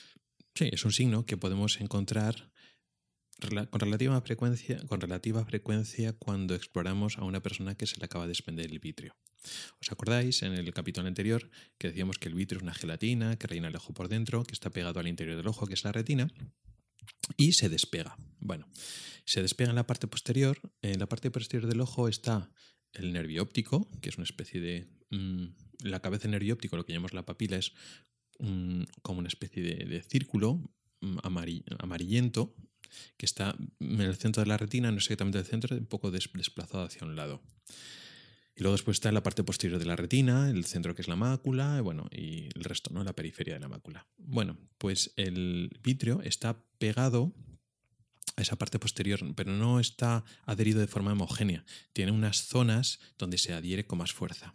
signo que podemos encontrar con relativa frecuencia cuando exploramos a una persona que se le acaba de desprender el vitrio. ¿Os acordáis en el capítulo anterior que decíamos que el vitrio es una gelatina que rellena el ojo por dentro, que está pegado al interior del ojo, que es la retina, y se despega? Bueno, se despega en la parte posterior. En la parte posterior del ojo está el nervio óptico, que es una especie de... la cabeza del nervio óptico, lo que llamamos la papila, es como una especie de círculo amarillento que está en el centro de la retina, no exactamente el centro, un poco desplazado hacia un lado. Y luego después está en la parte posterior de la retina, el centro que es la mácula, bueno, y el resto, ¿no? La periferia de la mácula. Bueno, pues el vitrio está pegado a esa parte posterior, pero no está adherido de forma homogénea. Tiene unas zonas donde se adhiere con más fuerza.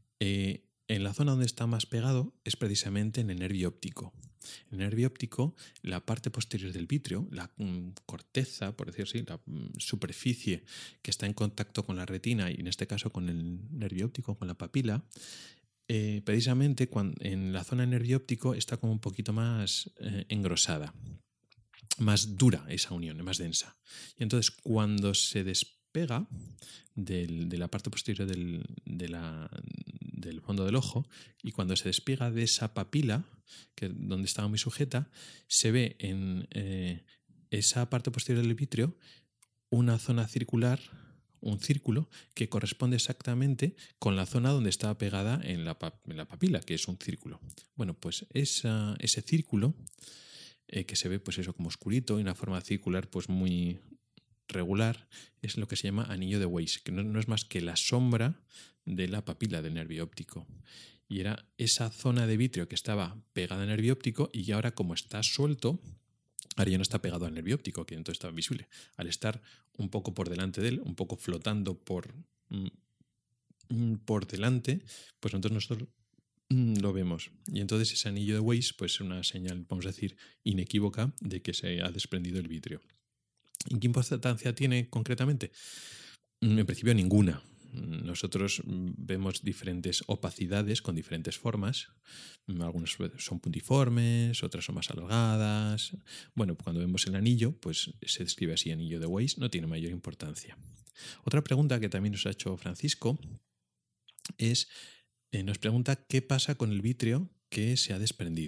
En la zona donde está más pegado es precisamente en el nervio óptico. En el nervio óptico, la parte posterior del vitrio, la corteza, por decir así, la superficie que está en contacto con la retina y en este caso con el nervio óptico, con la papila, precisamente en la zona del nervio óptico está como un poquito más engrosada, más dura esa unión, más densa. Y entonces cuando se despega de la parte posterior del fondo del ojo y cuando se despega de esa papila, donde estaba muy sujeta, se ve en esa parte posterior del vitrio una zona circular, un círculo que corresponde exactamente con la zona donde estaba pegada en la papila, que es un círculo. Bueno, pues ese círculo que se ve pues eso como oscurito y una forma circular pues muy regular, es lo que se llama anillo de Weiss, que no es más que la sombra de la papila del nervio óptico. Y era esa zona de vitrio que estaba pegada al nervio óptico y ahora como está suelto, ahora ya no está pegado al nervio óptico, que entonces estaba visible. Al estar un poco por delante de él, un poco flotando por delante, pues entonces nosotros lo vemos. Y entonces ese anillo de Weiss pues es una señal, vamos a decir, inequívoca de que se ha desprendido el vitrio. ¿Y qué importancia tiene concretamente? En principio ninguna. Nosotros vemos diferentes opacidades con diferentes formas. Algunas son puntiformes, otras son más alargadas. Bueno, cuando vemos el anillo, pues se describe así, anillo de Weiss, no tiene mayor importancia. Otra pregunta que también nos ha hecho Francisco es, nos pregunta qué pasa con el vitrio que se ha desprendido.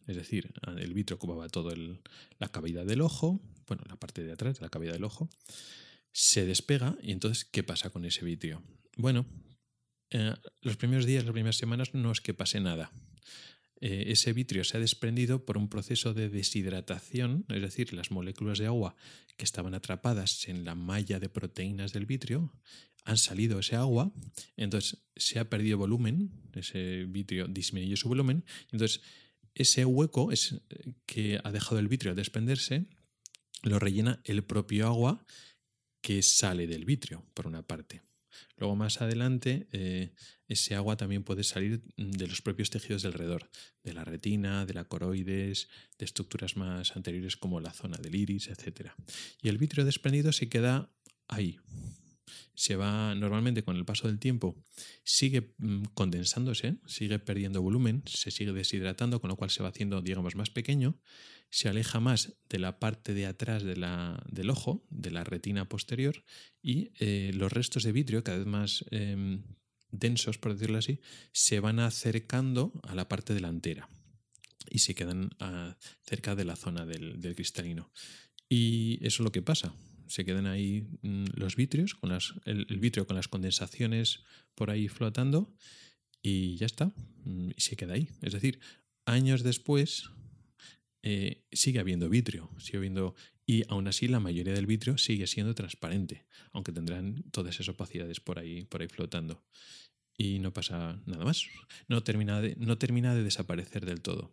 es decir, el vitrio ocupaba toda la cavidad del ojo, bueno, la parte de atrás de la cavidad del ojo, se despega y entonces, ¿qué pasa con ese vitrio? Bueno, los primeros días, las primeras semanas no es que pase nada. Ese vitrio se ha desprendido por un proceso de deshidratación, es decir, las moléculas de agua que estaban atrapadas en la malla de proteínas del vitrio han salido ese agua, entonces se ha perdido volumen, ese vitrio disminuye su volumen, entonces ese hueco que ha dejado el vitrio al desprenderse lo rellena el propio agua que sale del vitrio, por una parte. Luego más adelante ese agua también puede salir de los propios tejidos de alrededor, de la retina, de la coroides, de estructuras más anteriores como la zona del iris, etc. Y el vitrio desprendido se queda ahí. Se va normalmente con el paso del tiempo, sigue condensándose, sigue perdiendo volumen, se sigue deshidratando, con lo cual se va haciendo, digamos, más pequeño, se aleja más de la parte de atrás del ojo, de la retina posterior, y los restos de vitrio, cada vez más densos, por decirlo así, se van acercando a la parte delantera y se quedan cerca de la zona del cristalino. Y eso es lo que pasa. Se quedan ahí los vitrios, el vitrio con las condensaciones por ahí flotando y ya está. Y se queda ahí. Es decir, años después sigue habiendo vitrio, y aún así la mayoría del vitrio sigue siendo transparente, aunque tendrán todas esas opacidades por ahí flotando. Y no pasa nada más. No termina de desaparecer del todo.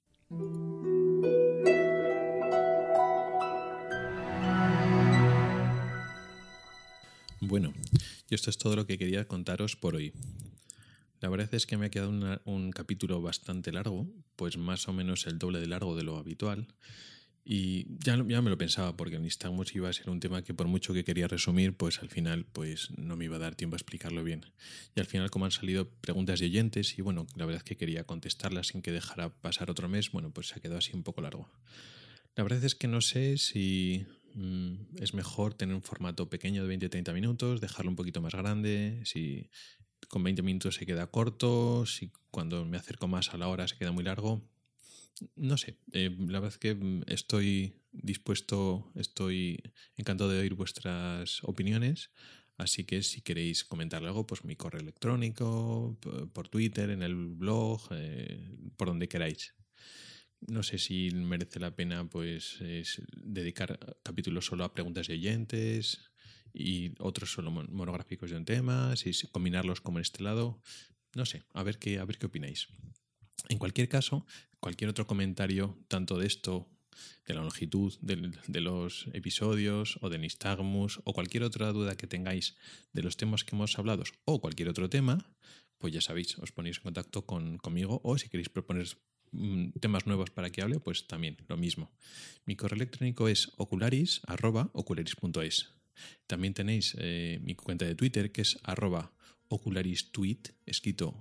Bueno, y esto es todo lo que quería contaros por hoy. La verdad es que me ha quedado un capítulo bastante largo, pues más o menos el doble de largo de lo habitual. Y ya me lo pensaba, porque el nistagmus iba a ser un tema que por mucho que quería resumir, pues al final pues no me iba a dar tiempo a explicarlo bien. Y al final, como han salido preguntas de oyentes, y bueno, la verdad es que quería contestarlas sin que dejara pasar otro mes, bueno, pues se ha quedado así un poco largo. La verdad es que no sé si es mejor tener un formato pequeño de 20-30 minutos, dejarlo un poquito más grande, si con 20 minutos se queda corto, si cuando me acerco más a la hora se queda muy largo. No sé, la verdad es que estoy dispuesto, estoy encantado de oír vuestras opiniones, así que si queréis comentar algo, pues mi correo electrónico, por Twitter, en el blog, por donde queráis. No sé si merece la pena pues dedicar capítulos solo a preguntas de oyentes y otros solo monográficos de un tema, si combinarlos como en este lado. No sé, a ver qué opináis. En cualquier caso, cualquier otro comentario, tanto de esto, de la longitud de los episodios o de nistagmus o cualquier otra duda que tengáis de los temas que hemos hablado o cualquier otro tema, pues ya sabéis, os ponéis en contacto conmigo, o si queréis proponer temas nuevos para que hable, pues también lo mismo. Mi correo electrónico es ocularis@ocularis.es. También tenéis mi cuenta de Twitter, que es @ocularisteet, escrito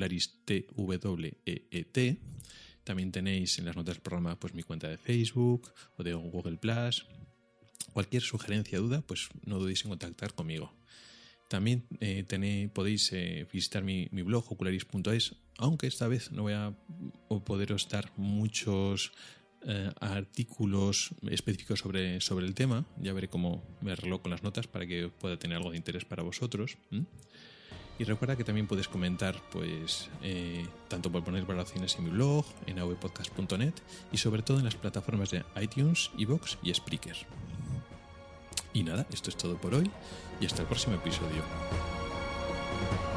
ocularis_tweet. También tenéis en las notas del programa pues mi cuenta de Facebook o de Google+. Cualquier sugerencia o duda, pues no dudéis en contactar conmigo. También podéis visitar mi blog ocularis.es, aunque esta vez no voy a poderos dar muchos artículos específicos sobre el tema. Ya veré cómo me arreglo con las notas para que pueda tener algo de interés para vosotros. Y recuerda que también puedes comentar, pues, tanto por poner valoraciones en mi blog, en avpodcast.net y sobre todo en las plataformas de iTunes, iVoox y Spreaker. Y nada, esto es todo por hoy y hasta el próximo episodio.